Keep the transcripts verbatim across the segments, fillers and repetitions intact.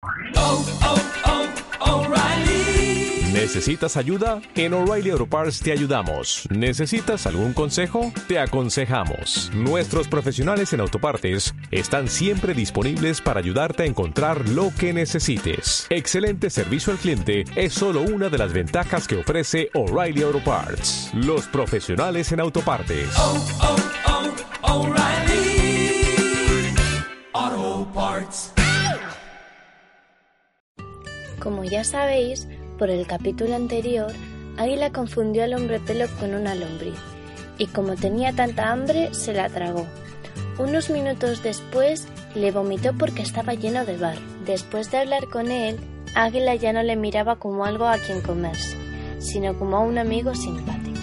Oh, oh, oh, O'Reilly. ¿Necesitas ayuda? En O'Reilly Auto Parts te ayudamos. ¿Necesitas algún consejo? Te aconsejamos. Nuestros profesionales en autopartes están siempre disponibles para ayudarte a encontrar lo que necesites. Excelente servicio al cliente es solo una de las ventajas que ofrece O'Reilly Auto Parts. Los profesionales en autopartes. Oh, oh, oh, O'Reilly Auto Parts. Como ya sabéis, por el capítulo anterior, Águila confundió al hombre pelo con una lombriz, y como tenía tanta hambre, se la tragó. Unos minutos después, le vomitó porque estaba lleno de barro. Después de hablar con él, Águila ya no le miraba como algo a quien comerse, sino como a un amigo simpático.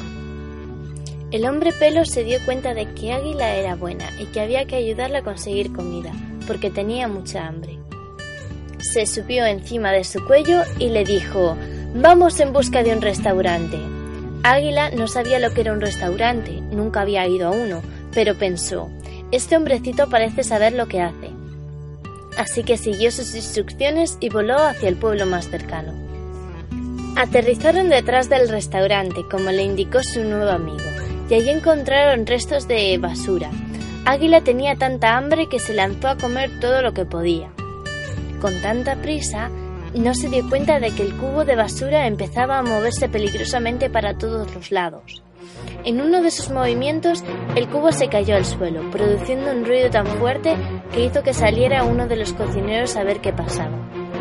El hombre pelo se dio cuenta de que Águila era buena y que había que ayudarla a conseguir comida, porque tenía mucha hambre. Se subió encima de su cuello y le dijo: «Vamos en busca de un restaurante». Águila no sabía lo que era un restaurante, nunca había ido a uno, pero pensó: «Este hombrecito parece saber lo que hace». Así que siguió sus instrucciones y voló hacia el pueblo más cercano. Aterrizaron detrás del restaurante, como le indicó su nuevo amigo, y allí encontraron restos de basura. Águila tenía tanta hambre que se lanzó a comer todo lo que podía. Con tanta prisa, no se dio cuenta de que el cubo de basura empezaba a moverse peligrosamente para todos los lados. En uno de sus movimientos, el cubo se cayó al suelo, produciendo un ruido tan fuerte que hizo que saliera uno de los cocineros a ver qué pasaba.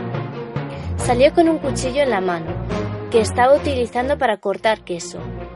Salió con un cuchillo en la mano, que estaba utilizando para cortar queso.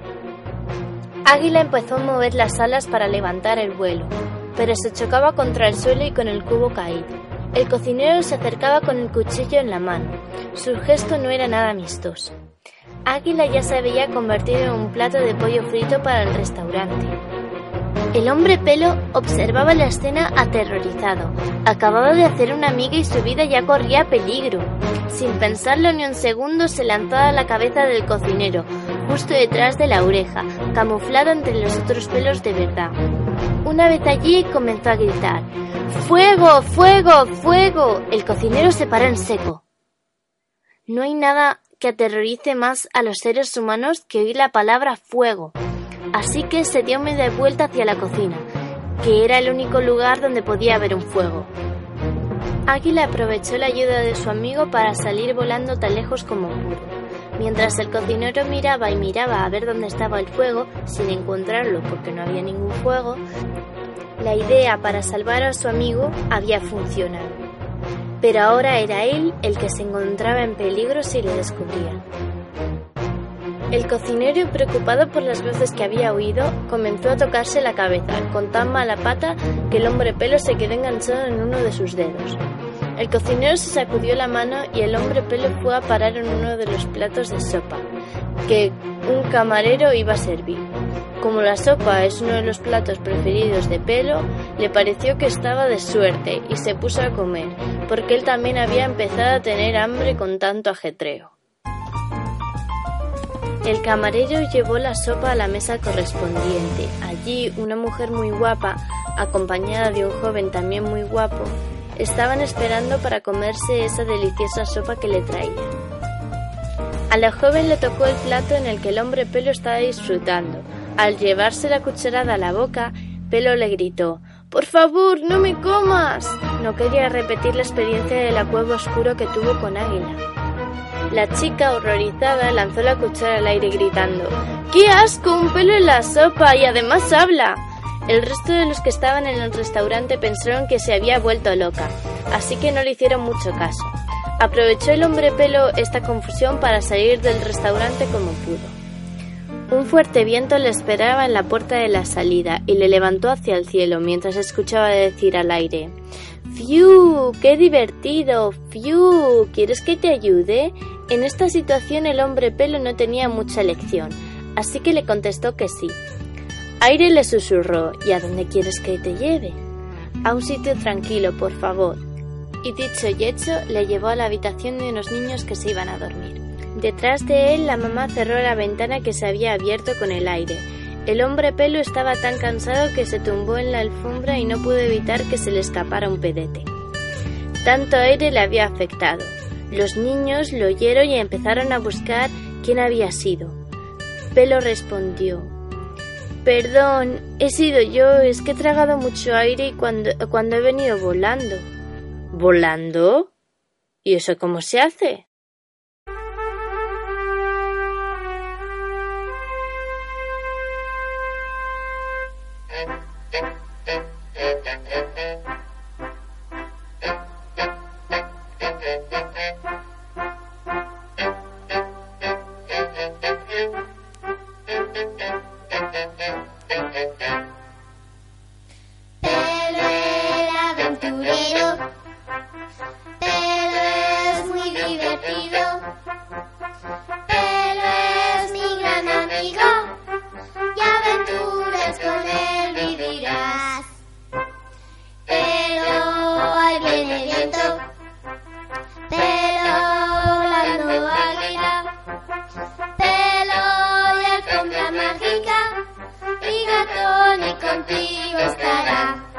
Águila empezó a mover las alas para levantar el vuelo, pero se chocaba contra el suelo y con el cubo caído. El cocinero se acercaba con el cuchillo en la mano. Su gesto no era nada amistoso. Águila ya se había convertido en un plato de pollo frito para el restaurante. El hombre pelo observaba la escena aterrorizado. Acababa de hacer una amiga y su vida ya corría peligro. Sin pensarlo ni un segundo, se lanzó a la cabeza del cocinero, justo detrás de la oreja, camuflado entre los otros pelos de verdad. Una vez allí, comenzó a gritar: «¡Fuego! ¡Fuego! ¡Fuego!». El cocinero se paró en seco. No hay nada que aterrorice más a los seres humanos que oír la palabra fuego. Así que se dio media vuelta hacia la cocina, que era el único lugar donde podía haber un fuego. Águila aprovechó la ayuda de su amigo para salir volando tan lejos como pudo. Mientras el cocinero miraba y miraba a ver dónde estaba el fuego, sin encontrarlo porque no había ningún fuego, la idea para salvar a su amigo había funcionado. Pero ahora era él el que se encontraba en peligro si le descubrían. El cocinero, preocupado por las voces que había oído, comenzó a tocarse la cabeza con tan mala pata que el hombre pelo se quedó enganchado en uno de sus dedos. El cocinero se sacudió la mano y el hombre pelo fue a parar en uno de los platos de sopa que un camarero iba a servir. Como la sopa es uno de los platos preferidos de Pelo, le pareció que estaba de suerte y se puso a comer, porque él también había empezado a tener hambre con tanto ajetreo. El camarero llevó la sopa a la mesa correspondiente. Allí, una mujer muy guapa, acompañada de un joven también muy guapo, estaban esperando para comerse esa deliciosa sopa que le traían. A la joven le tocó el plato en el que el hombre Pelo estaba disfrutando. Al llevarse la cucharada a la boca, Pelo le gritó: «¡Por favor, no me comas!». No quería repetir la experiencia de la cueva oscuro que tuvo con Águila. La chica, horrorizada, lanzó la cuchara al aire gritando: «¡Qué asco! ¡Un pelo en la sopa! ¡Y además habla!». El resto de los que estaban en el restaurante pensaron que se había vuelto loca, así que no le hicieron mucho caso. Aprovechó el hombre pelo esta confusión para salir del restaurante como pudo. Un fuerte viento le esperaba en la puerta de la salida y le levantó hacia el cielo mientras escuchaba decir al aire: «¡Fiu! ¡Qué divertido! ¡Fiu! ¿Quieres que te ayude?». En esta situación el hombre pelo no tenía mucha elección, así que le contestó que sí. Aire le susurró: «¿Y a dónde quieres que te lleve?». «A un sitio tranquilo, por favor». Y dicho y hecho, le llevó a la habitación de unos niños que se iban a dormir. Detrás de él, la mamá cerró la ventana que se había abierto con el aire. El hombre pelo estaba tan cansado que se tumbó en la alfombra y no pudo evitar que se le escapara un pedete. Tanto aire le había afectado. Los niños lo oyeron y empezaron a buscar quién había sido. Pelo respondió: Perdón, he sido yo, es que he tragado mucho aire y cuando, cuando he venido volando. ¿Volando? ¿Y eso cómo se hace? Contigo estará.